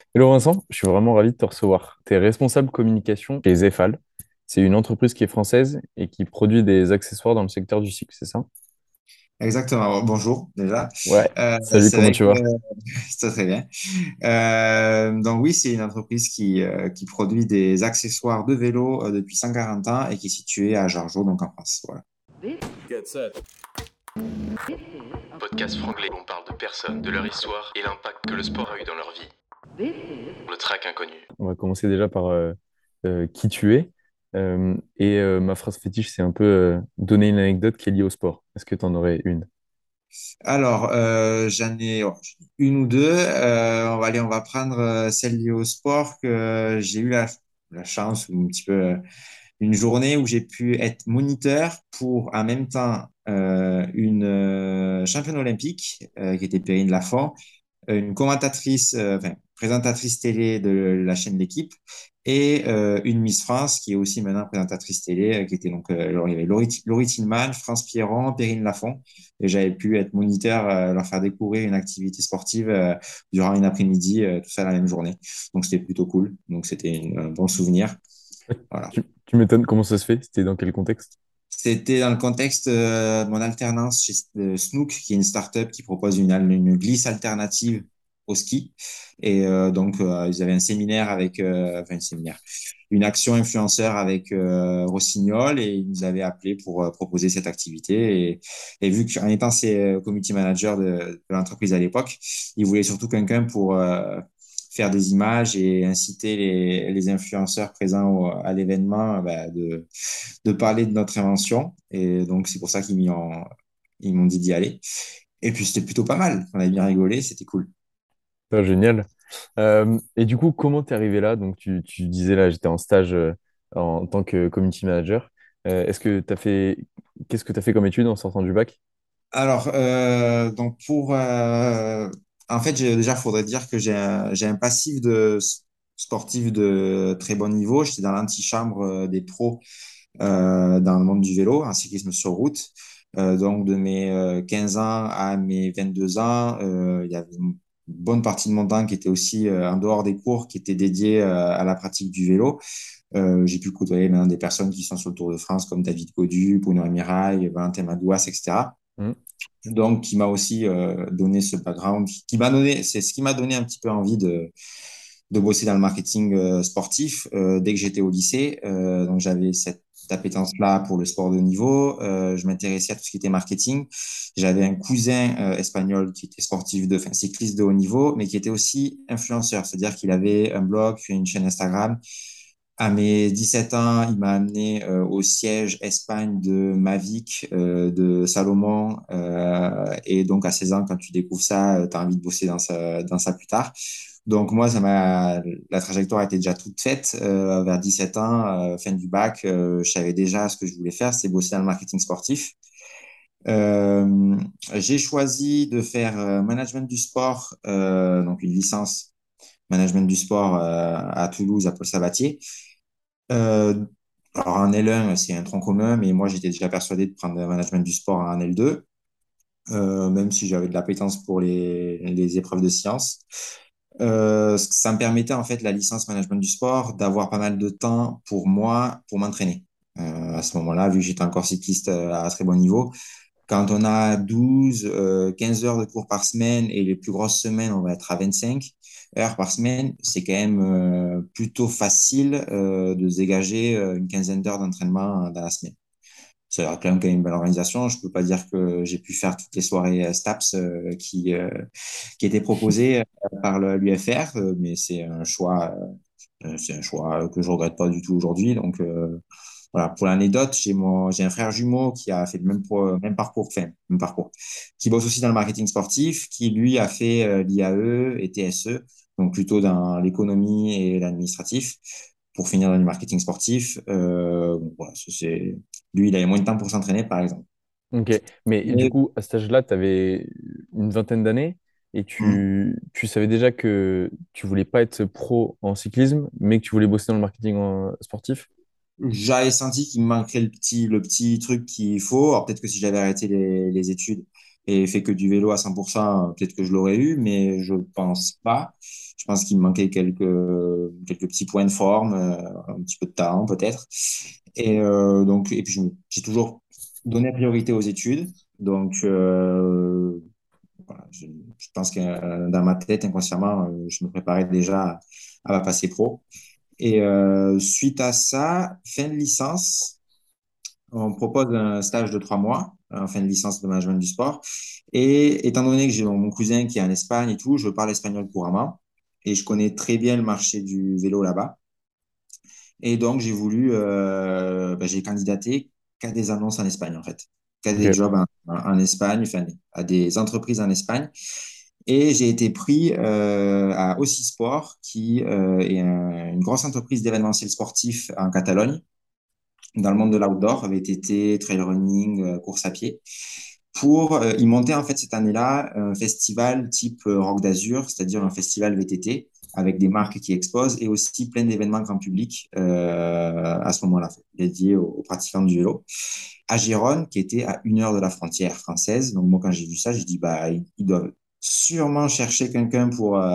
Hello Vincent, je suis vraiment ravi de te recevoir. Tu es responsable communication chez Zefal. C'est une entreprise qui est française et qui produit des accessoires dans le secteur du cycle, c'est ça? Exactement. Bonjour déjà. Ouais. Salut, C'est comment vrai tu que vas? c'est très bien. Donc oui, c'est une entreprise qui produit des accessoires de vélo depuis 140 ans et qui est située à Jargeau, donc en France. Voilà. Podcast franglais, on parle de personnes, de leur histoire et l'impact que le sport a eu dans leur vie. Le track inconnu. On va commencer déjà par qui tu es. Ma phrase fétiche, c'est un peu donner une anecdote qui est liée au sport. Est-ce que tu en aurais une? Alors, j'en ai une ou deux. On va prendre celle liée au sport que j'ai eu la chance ou un petit peu une journée où j'ai pu être moniteur pour en même temps une championne olympique qui était Perrine Lafont, une commentatrice, enfin, présentatrice télé de la chaîne L'équipe et une Miss France qui est aussi maintenant présentatrice télé, qui était donc, alors, il y avait Laurie Tillman, France Pierron, Perrine Lafont, et j'avais pu être moniteur, leur faire découvrir une activité sportive durant une après-midi, tout ça la même journée. Donc c'était plutôt cool. Donc c'était un bon souvenir. Voilà. Tu m'étonnes comment ça se fait? C'était dans quel contexte? C'était dans le contexte de mon alternance chez Snook, qui est une startup qui propose une glisse alternative au ski. Et ils avaient un séminaire enfin un séminaire, une action influenceur avec Rossignol et ils nous avaient appelé pour proposer cette activité. Et vu qu'en étant community manager de l'entreprise à l'époque, ils voulaient surtout quelqu'un pour faire des images et inciter les influenceurs présents à l'événement de parler de notre invention. Et donc, c'est pour ça ils m'ont dit d'y aller. Et puis, c'était plutôt pas mal. On a bien rigolé, c'était cool. Ah, génial. Et du coup, comment t'es arrivé là? Donc, tu disais là, j'étais en stage en tant que community manager. Qu'est-ce que tu as fait comme étude en sortant du bac? Alors, en fait, déjà, faudrait dire que j'ai un passif de sportif de très bon niveau. J'étais dans l'antichambre des pros dans le monde du vélo, en cyclisme sur route. Donc, de mes 15 ans à mes 22 ans, il y avait une bonne partie de mon temps qui était aussi en dehors des cours, qui était dédié à la pratique du vélo. J'ai pu côtoyer maintenant des personnes qui sont sur le Tour de France, comme David Gaudu, Bruno Amirail, Valentin Madouas, etc. Hmm. Donc, qui m'a aussi donné ce background, c'est ce qui m'a donné un petit peu envie de bosser dans le marketing sportif dès que j'étais au lycée. Donc, j'avais cette appétence-là pour le sport de haut niveau. Je m'intéressais à tout ce qui était marketing. J'avais un cousin espagnol qui était enfin, cycliste de haut niveau, mais qui était aussi influenceur, c'est-à-dire qu'il avait un blog, puis une chaîne Instagram. À mes 17 ans, il m'a amené au siège Espagne de Mavic, de Salomon. Et donc, à 16 ans, quand tu découvres ça, tu as envie de bosser dans ça plus tard. Donc, la trajectoire était déjà toute faite. Vers 17 ans, fin du bac, je savais déjà ce que je voulais faire, c'est bosser dans le marketing sportif. Euh, j'ai choisi de faire management du sport, donc une licence management du sport à Toulouse, à Paul Sabatier. Euh, alors, en L1, c'est un tronc commun, mais moi, j'étais déjà persuadé de prendre le management du sport en L2, même si j'avais de l'appétence pour les épreuves de sciences. Ça me permettait, en fait, la licence management du sport, d'avoir pas mal de temps pour moi, pour m'entraîner. À ce moment-là, vu que j'étais encore cycliste à très bon niveau, quand on a 12, 15 heures de cours par semaine et les plus grosses semaines, on va être à 25 heures par semaine, c'est quand même plutôt facile de se dégager une quinzaine d'heures d'entraînement dans la semaine. C'est quand même une belle organisation. Je peux pas dire que j'ai pu faire toutes les soirées STAPS qui étaient proposées par l'UFR, mais c'est un choix que je regrette pas du tout aujourd'hui. Donc, voilà, pour l'anecdote, j'ai un frère jumeau qui a fait le même parcours, qui bosse aussi dans le marketing sportif, qui lui a fait l'IAE et TSE, donc plutôt dans l'économie et l'administratif, pour finir dans le marketing sportif. Donc voilà, lui, il avait moins de temps pour s'entraîner, par exemple. Ok, mais du Mais, coup, à cet âge-là, tu avais une vingtaine d'années et hum, tu savais déjà que tu voulais pas être pro en cyclisme, mais que tu voulais bosser dans le marketing sportif. J'avais senti qu'il me manquerait le petit truc qu'il faut. Alors peut-être que si j'avais arrêté les études et fait que du vélo à 100%, peut-être que je l'aurais eu, mais je pense pas. Je pense qu'il me manquait quelques petits points de forme, un petit peu de talent peut-être. Et puis j'ai toujours donné priorité aux études. Donc, voilà, je pense que dans ma tête, inconsciemment, je me préparais déjà à passer pro. Suite à ça, fin de licence, on me propose un stage de 3 mois en fin de licence de management du sport. Et étant donné que j'ai mon cousin qui est en Espagne et tout, je parle espagnol couramment et je connais très bien le marché du vélo là-bas. Et donc, j'ai candidaté qu'à des annonces en Espagne, en fait, qu'à des Ok. jobs en Espagne, enfin, à des entreprises en Espagne. Et j'ai été pris à Aussi Sport, qui est une grosse entreprise d'événementiel sportif en Catalogne, dans le monde de l'outdoor, VTT, trail running, course à pied, pour y monter en fait cette année-là un festival type Rock d'Azur, c'est-à-dire un festival VTT avec des marques qui exposent et aussi plein d'événements grand public à ce moment-là, dédiés aux pratiquants du vélo. À Gérone, qui était à 1 heure de la frontière française. Donc moi, quand j'ai vu ça, j'ai dit, bah, ils doivent sûrement chercher quelqu'un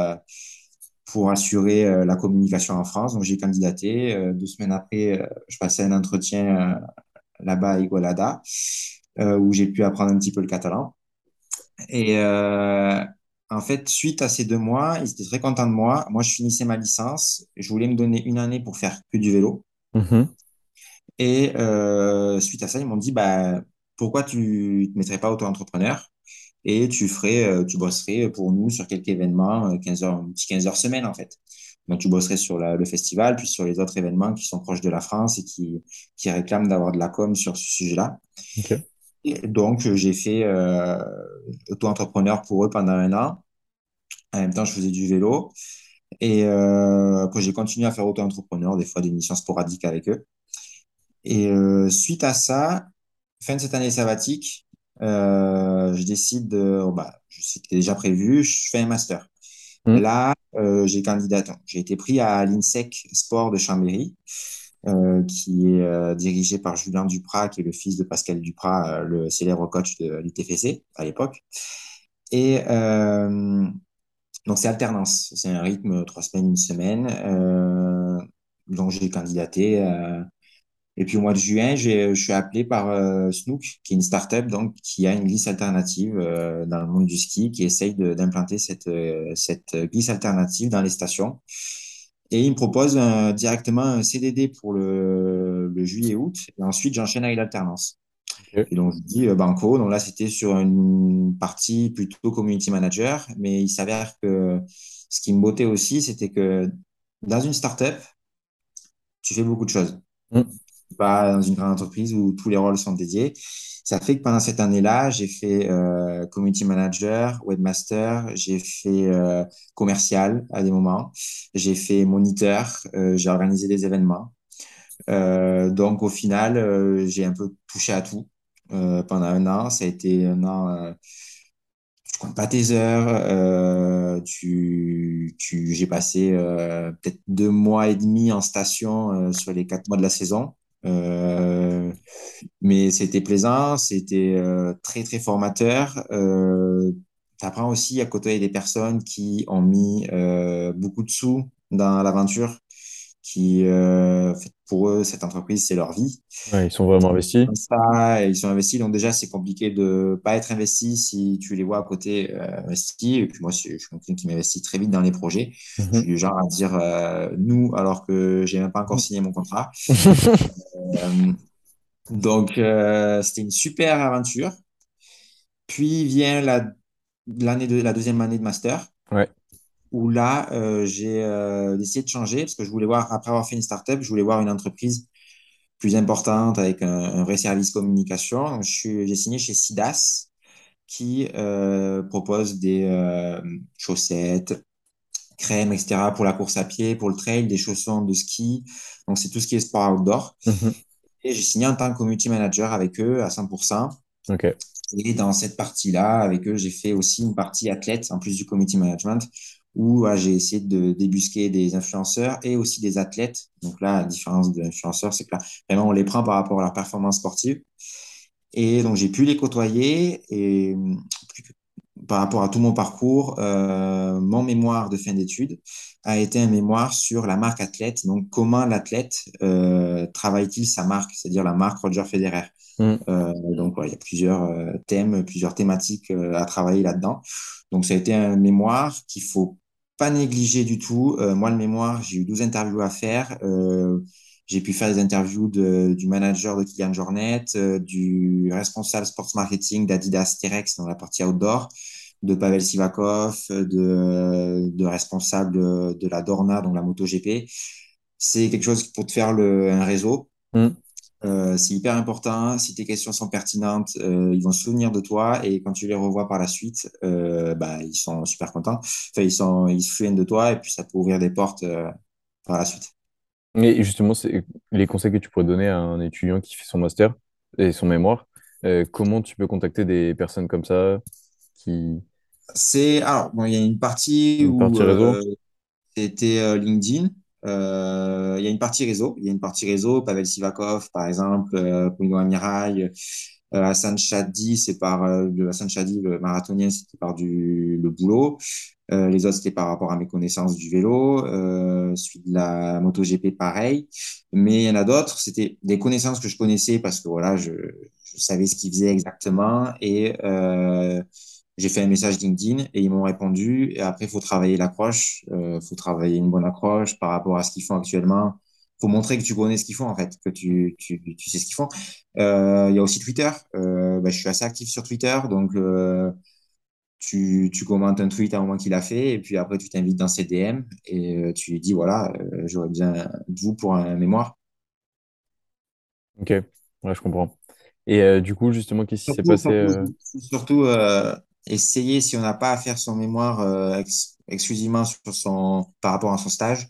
pour assurer la communication en France. Donc j'ai candidaté. 2 semaines après, je passais un entretien là-bas à Igualada, où j'ai pu apprendre un petit peu le catalan. Et en fait, suite à ces 2 mois, ils étaient très contents de moi. Moi, je finissais ma licence. Je voulais me donner une année pour faire que du vélo. Mhm. Et suite à ça, ils m'ont dit, bah, pourquoi tu te mettrais pas auto-entrepreneur et tu bosserais pour nous sur quelques événements, 15 heures, un petit 15 heures semaine, en fait. Donc, tu bosserais sur le festival, puis sur les autres événements qui sont proches de la France et qui réclament d'avoir de la com sur ce sujet-là. Ok. Et donc, j'ai fait auto-entrepreneur pour eux pendant 1 an. En même temps, je faisais du vélo. Et après, j'ai continué à faire auto-entrepreneur, des fois des missions sporadiques avec eux. Et suite à ça, fin de cette année sabbatique, je décide c'était déjà prévu, je fais un master. Mhm. Là, j'ai été pris à l'INSEC Sport de Chambéry, qui est dirigé par Julien Duprat, qui est le fils de Pascal Duprat, le célèbre coach de l'UTFC à l'époque. Et donc, c'est alternance. C'est un rythme 3 semaines, une semaine. Donc, j'ai candidaté. Et puis, au mois de juin, je suis appelé par Snook, qui est une startup donc, qui a une glisse alternative dans le monde du ski, qui essaye d'implanter cette glisse alternative dans les stations. Et il me propose directement un CDD pour le juillet-août. Et ensuite, j'enchaîne avec l'alternance. Ok. Et donc, je dis banco. Donc là, c'était sur une partie plutôt community manager. Mais il s'avère que ce qui me bottait aussi, c'était que dans une startup, tu fais beaucoup de choses. Mhm. Pas dans une grande entreprise où tous les rôles sont dédiés. Ça fait que pendant cette année-là, j'ai fait community manager, webmaster, j'ai fait commercial à des moments, j'ai fait moniteur, j'ai organisé des événements. Donc au final, j'ai un peu touché à tout pendant 1 an. Ça a été 1 an. Tu comptes pas tes heures. J'ai passé peut-être 2 mois et demi en station sur les 4 mois de la saison. Euh, mais c'était plaisant, c'était très très formateur. Tu apprends aussi à côtoyer des personnes qui ont mis beaucoup de sous dans l'aventure, pour eux, cette entreprise, c'est leur vie. Ouais, ils sont vraiment investis. Comme ça, et ils sont investis, donc déjà, c'est compliqué de pas être investi si tu les vois à côté investis. Et puis moi, je suis quelqu'un qui m'investit très vite dans les projets. Je suis Mhm. du genre à dire nous, alors que j'ai même pas encore signé mon contrat. Euh, donc, c'était une super aventure. Puis vient la deuxième année de master, Ouais. où là, j'ai décidé de changer parce que je voulais voir, après avoir fait une startup, je voulais voir une entreprise plus importante avec un vrai service communication. Donc, j'ai signé chez Sidas qui propose des chaussettes, crèmes, etc. pour la course à pied, pour le trail, des chaussons de ski. Donc, c'est tout ce qui est sport outdoor. Mhm. Et j'ai signé en tant que community manager avec eux à 100%. Ok. Et dans cette partie-là, avec eux, j'ai fait aussi une partie athlète en plus du community management où j'ai essayé de débusquer des influenceurs et aussi des athlètes. Donc là, la différence de l'influenceur, c'est que là, vraiment, on les prend par rapport à leur performance sportive. Et donc, j'ai pu les côtoyer et par rapport à tout mon parcours, mon mémoire de fin d'études a été un mémoire sur la marque athlète. Donc, comment l'athlète travaille-t-il sa marque, c'est-à-dire la marque Roger Federer. Hmm. Donc, voilà, il y a plusieurs thèmes, plusieurs thématiques à travailler là-dedans. Donc, ça a été un mémoire qu'il faut pas négliger du tout. Moi, le mémoire, j'ai eu 12 interviews à faire. J'ai pu faire des interviews du manager de Kylian Jornet, du responsable sports marketing d'Adidas T-Rex dans la partie outdoor, de Pavel Sivakov, de responsable de la Dorna, donc la MotoGP. C'est quelque chose pour te faire un réseau. Hmm. C'est hyper important. Si tes questions sont pertinentes, ils vont se souvenir de toi et quand tu les revois par la suite, bah, ils sont super contents. Enfin, ils se souviennent de toi et puis ça peut ouvrir des portes par la suite. Et justement, c'est les conseils que tu pourrais donner à un étudiant qui fait son master et son mémoire. Comment tu peux contacter des personnes comme ça qui Alors, bon, il y a une partie une où partie réseau? c'était LinkedIn. Il y a une partie réseau. Il y a une partie réseau. Pavel Sivakov, par exemple, Paulinho Amiral, Hassan Chadi, Hassan Chadi, le marathonien, c'était par le boulot. Les autres, c'était par rapport à mes connaissances du vélo. Celui de la MotoGP, pareil. Mais il y en a d'autres, c'était des connaissances que je connaissais parce que voilà, je savais ce qu'ils faisaient exactement. Et j'ai fait un message LinkedIn et ils m'ont répondu. Et après, il faut travailler l'accroche. Faut travailler une bonne accroche par rapport à ce qu'ils font actuellement. Faut montrer que tu connais ce qu'ils font, en fait, que tu sais ce qu'ils font. Il y a aussi Twitter. Bah, je suis assez actif sur Twitter. Donc, tu commentes un tweet à un moment qu'il a fait. Et puis après, tu t'invites dans ses DM et tu lui dis, voilà, j'aurais besoin de vous pour un mémoire. Ok, ouais, je comprends. Et du coup, justement, qu'est-ce qui s'est Surtout, passé surtout, surtout essayer, si on n'a pas à faire son mémoire exclusivement par rapport à son stage,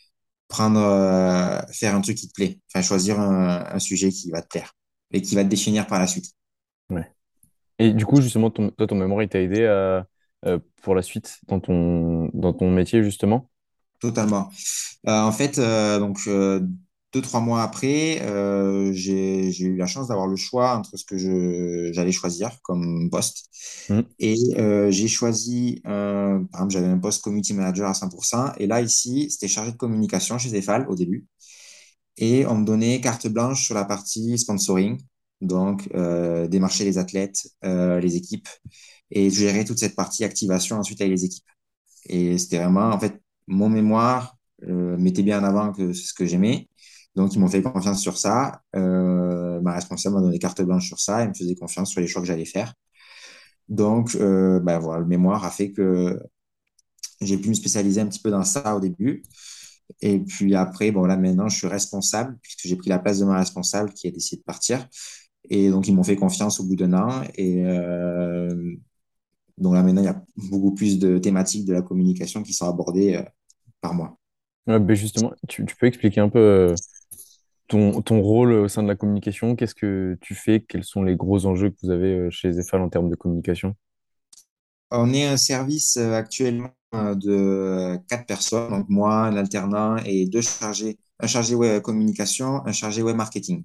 faire un truc qui te plaît. Enfin, choisir un sujet qui va te plaire et qui va te définir par la suite. ouais. Et du coup, justement, toi, ton mémoire, il t'a aidé pour la suite dans ton métier, justement? Totalement. En fait, donc 2, 3 mois après, j'ai eu la chance d'avoir le choix entre ce que j'allais choisir comme poste. Hmm. Et j'ai choisi, par exemple, j'avais un poste community manager à 100%. Et là, ici, c'était chargé de communication chez Zefal au début. Et on me donnait carte blanche sur la partie sponsoring. Donc, démarcher les athlètes, les équipes et gérer toute cette partie activation ensuite avec les équipes. Et c'était vraiment, en fait, mon mémoire mettait bien en avant que c'est ce que j'aimais. Donc, ils m'ont fait confiance sur ça. Ma responsable m'a donné carte blanche sur ça. Elle me faisait confiance sur les choix que j'allais faire. Donc, ben voilà, le mémoire a fait que j'ai pu me spécialiser un petit peu dans ça au début. Et puis après, bon, là, maintenant, je suis responsable puisque j'ai pris la place de ma responsable qui a décidé de partir. Et donc, ils m'ont fait confiance au bout d'un an. Et donc là, maintenant, il y a beaucoup plus de thématiques de la communication qui sont abordées par mois. Ouais, ben justement, tu peux expliquer un peu ton rôle au sein de la communication? Qu'est-ce que tu fais? Quels sont les gros enjeux que vous avez chez Zefal en termes de communication? On est un service actuellement de 4 personnes, donc moi, un alternant et deux chargés, un chargé web communication, un chargé web marketing.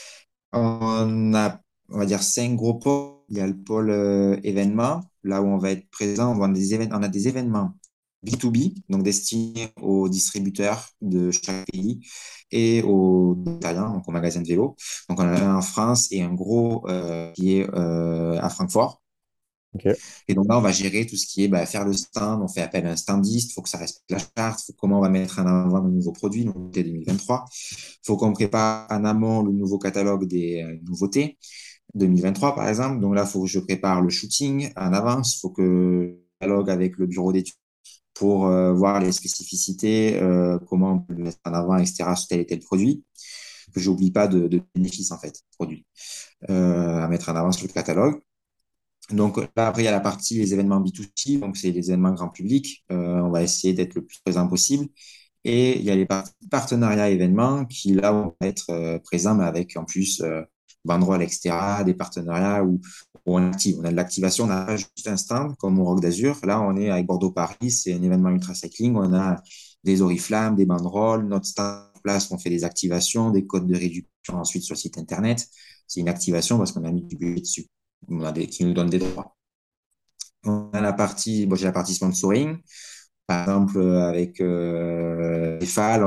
On a, on va dire, 5 gros pôles. Il y a le pôle événements, là où on va être présent. On a des événements B2B, donc destinés aux distributeurs de chaque pays et aux détaillants, donc aux magasins de vélo. Donc, on en a un en France et un gros qui est à Francfort. Ok. Et donc là, on va gérer tout ce qui est bah, faire le stand. On fait appel à un standiste. Il faut que ça respecte la charte. Comment on va mettre en avant nos nouveaux produits, nouveautés 2023. Il faut qu'on prépare en amont le nouveau catalogue des nouveautés 2023, par exemple. Donc là, il faut que je prépare le shooting en avance. Il faut que je dialogue avec le bureau d'études pour voir les spécificités, comment on peut le mettre en avant, etc., sur tel et tel produit. Que j'oublie pas de bénéfices, en fait, produits à mettre en avant sur le catalogue. Donc là, après, il y a la partie les événements B2C, donc c'est les événements grand public. On va essayer d'être le plus présent possible. Et il y a les parties partenariats événements qui, là, vont être présents, mais avec en plus banderoles, etc., des partenariats où on active. On a de l'activation, on n'a pas juste un stand comme au Rock d'Azur. Là, on est avec Bordeaux-Paris, c'est un événement ultra cycling. On a des oriflammes, des banderoles, notre stand en place, on fait des activations, des codes de réduction ensuite sur le site internet. C'est une activation parce qu'on a mis du budget dessus qui nous donne des droits. On a la partie, bon, j'ai la partie sponsoring. Par exemple, avec EFAL,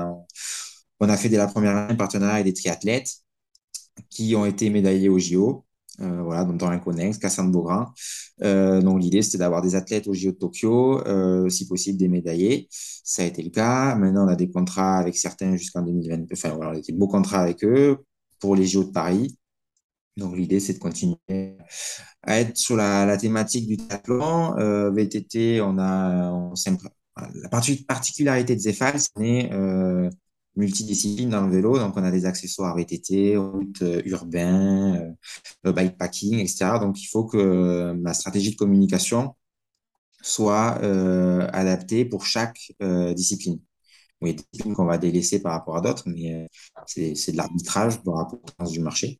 on a fait dès la première année un partenariat avec des triathlètes qui ont été médaillés au JO. Voilà, donc dans l'Inconex, Cassandre Beaugrand. Donc l'idée, c'était d'avoir des athlètes au JO de Tokyo, si possible des médaillés. Ça a été le cas. Maintenant, on a des contrats avec certains jusqu'en 2020. Enfin, voilà, on a des beaux contrats avec eux pour les JO de Paris. Donc l'idée, c'est de continuer à être sur la thématique du triathlon. VTT, la particularité de Zefal, c'est multidiscipline dans le vélo. Donc, on a des accessoires VTT, route urbain, bikepacking, etc. Donc, il faut que ma stratégie de communication soit adaptée pour chaque discipline. Oui, il y a des disciplines qu'on va délaisser par rapport à d'autres, mais c'est de l'arbitrage par rapport au du marché.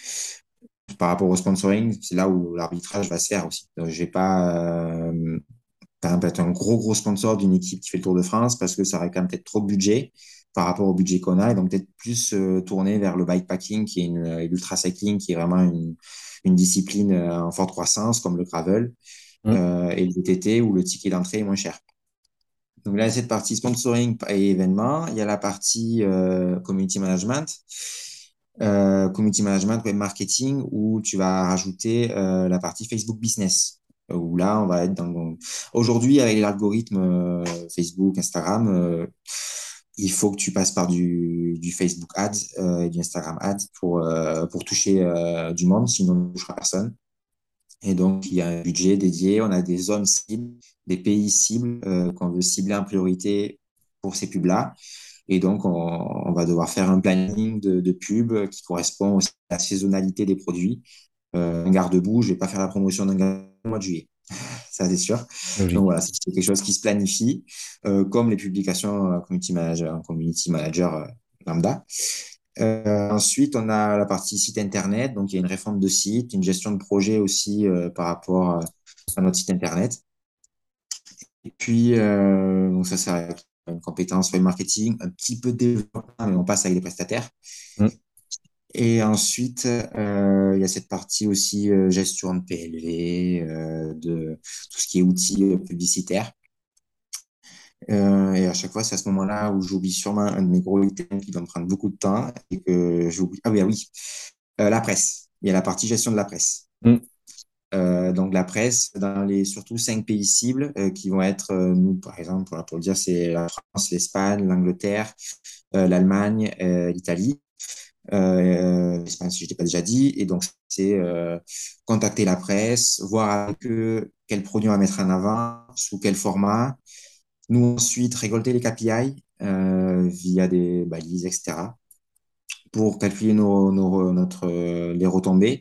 Par rapport au sponsoring, c'est là où l'arbitrage va se faire aussi. Donc, je vais pas, par exemple, être un gros sponsor d'une équipe qui fait le Tour de France parce que ça aurait quand même peut-être trop de budget par rapport au budget qu'on a et donc peut-être plus tourner vers le bikepacking qui est et l'ultra cycling qui est vraiment une discipline en forte croissance comme le gravel Mm. et le VTT où le ticket d'entrée est moins cher. Donc là, cette partie sponsoring et événements, il y a la partie community management. Community management, web marketing, où tu vas rajouter la partie Facebook Business. Où là, on va être Aujourd'hui, avec l'algorithme Facebook, Instagram, il faut que tu passes par du Facebook Ads et du Instagram Ads pour toucher du monde, sinon on ne touchera personne. Et donc, il y a un budget dédié, on a des zones cibles, des pays cibles qu'on veut cibler en priorité pour ces pubs-là. Et donc, on va devoir faire un planning de pub qui correspond aussi à la saisonnalité des produits. Un garde-boue, je vais pas faire la promotion d'un garde-boue au mois de juillet, ça c'est sûr. Donc Logique. voilà, c'est quelque chose qui se planifie, comme les publications community manager lambda. Ensuite, on a la partie site internet. Donc, il y a une réforme de site, une gestion de projet aussi par rapport à notre site internet. Et puis, donc ça, c'est une compétence web marketing, un petit peu de développement, mais on passe avec des prestataires. Mm. Et ensuite, il y a cette partie aussi gestion de PLV, de tout ce qui est outils publicitaires. Et à chaque fois, c'est à ce moment-là où j'oublie sûrement un de mes gros items qui va me prendre beaucoup de temps et que j'oublie. Ah oui, ah oui, la presse. Il y a la partie gestion de la presse. Mm. Donc la presse dans les surtout 5 pays cibles qui vont être nous par exemple pour le dire c'est la France, l'Espagne, l'Angleterre, l'Allemagne, l'Italie, l'Espagne si je l'ai pas déjà dit et donc c'est contacter la presse, voir avec eux quels produits on va mettre en avant, sous quel format. Nous ensuite récolter les KPI via des balises etc. pour calculer les retombées.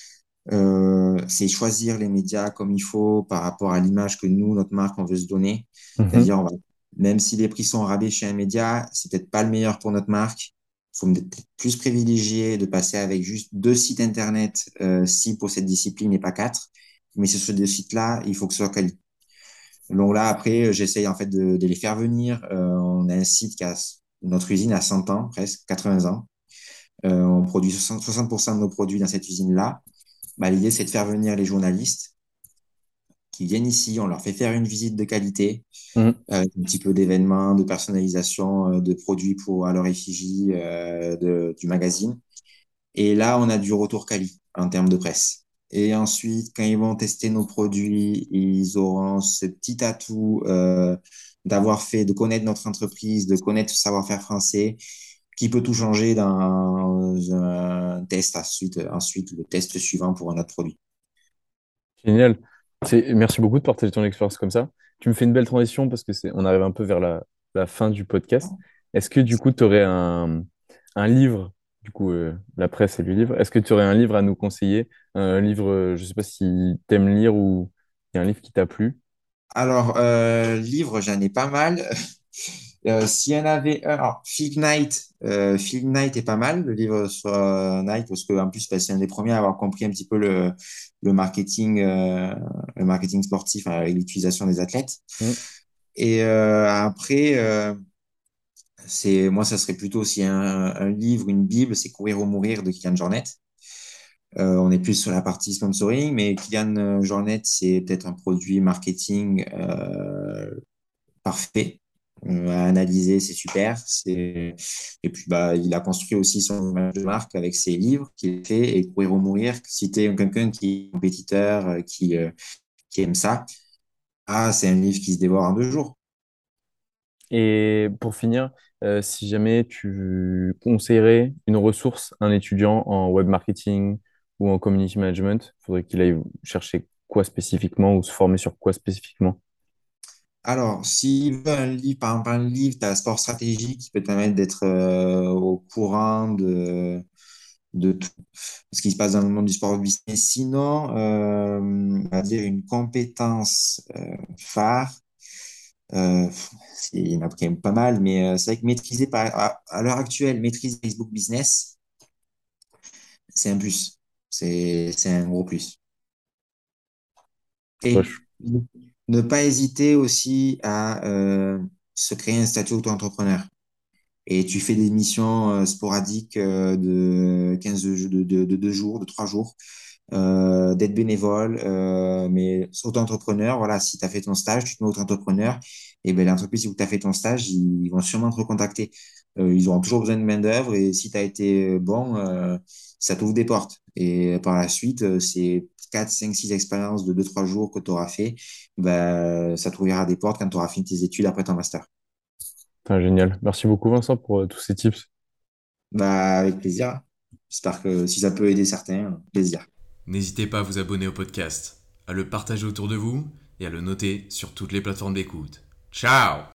C'est choisir les médias comme il faut par rapport à l'image que nous, notre marque, on veut se donner. Mhm. C'est-à-dire, même si les prix sont au rabais chez un média, c'est peut-être pas le meilleur pour notre marque. Il faut peut-être plus privilégier de passer avec juste 2 sites internet si pour cette discipline et pas 4. Mais sur ces 2 sites-là, il faut que ce soit quali. Donc là, après, j'essaye en fait de les faire venir. On a un site notre usine a 100 ans, presque 80 ans. On produit 60% de nos produits dans cette usine-là. Bah, l'idée, c'est de faire venir les journalistes qui viennent ici, on leur fait faire une visite de qualité, Mm. avec un petit peu d'événements, de personnalisation de produits à leur effigie du magazine. Et là, on a du retour quali en termes de presse. Et ensuite, quand ils vont tester nos produits, ils auront ce petit atout de connaître notre entreprise, de connaître le savoir-faire français, qui peut tout changer dans un test ensuite le test suivant pour un autre produit. Génial. Merci beaucoup de partager ton expérience comme ça. Tu me fais une belle transition parce que on arrive un peu vers la fin du podcast. Est-ce que du coup, tu aurais un livre, du coup, la presse et le livre, est-ce que tu aurais un livre à nous conseiller? Un livre, je ne sais pas si tu aimes lire ou il y a un livre qui t'a plu. Alors, livres, j'en ai pas mal. S'il y en avait un, alors, Phil Knight est pas mal, le livre sur Nike, parce que en plus, bah, c'est un des premiers à avoir compris un petit peu le marketing, le marketing sportif avec l'utilisation des athlètes. Mm. Et après, moi, ça serait plutôt aussi un livre, une bible, c'est Courir ou mourir de Kian Jornet. On est plus sur la partie sponsoring, mais Kylian Jornet, c'est peut-être un produit marketing parfait. À analyser, c'est super. Et puis, bah, il a construit aussi son image de marque avec ses livres qu'il fait et Courir ou mourir. Si tu es quelqu'un qui est compétiteur, qui aime ça, ah, c'est un livre qui se dévore en 2 jours. Et pour finir, si jamais tu conseillerais une ressource à un étudiant en web marketing ou en community management, il faudrait qu'il aille chercher quoi spécifiquement ou se former sur quoi spécifiquement? Alors, s'il veut un livre, par exemple, un livre, tu as Sport Stratégie qui peut te permettre d'être au courant de tout ce qui se passe dans le monde du sport business. Sinon, on va dire une compétence phare. Euh, il y en a quand même pas mal, mais c'est vrai que maîtriser à l'heure actuelle, maîtriser Facebook Business, c'est un plus. C'est un gros plus. Ouais, Et ne pas hésiter aussi à se créer un statut auto-entrepreneur. Et tu fais des missions sporadiques de 15 de 2 jours, de 3 jours, d'être bénévole, mais auto-entrepreneur. Voilà, si tu as fait ton stage, tu te mets auto-entrepreneur. Et ben, l'entreprise où tu as fait ton stage, ils vont sûrement te recontacter. Ils auront toujours besoin de main-d'œuvre et si tu as été bon, ça t'ouvre des portes. Et par la suite, c'est 4 5 6 expériences de 2 3 jours que tu auras fait. Ben, ça t'ouvrira des portes quand tu auras fini tes études après ton master. putain, génial. Merci beaucoup, Vincent, pour tous ces tips. Bah, avec plaisir. J'espère que si ça peut aider certains, plaisir. N'hésitez pas à vous abonner au podcast, à le partager autour de vous et à le noter sur toutes les plateformes d'écoute. Ciao!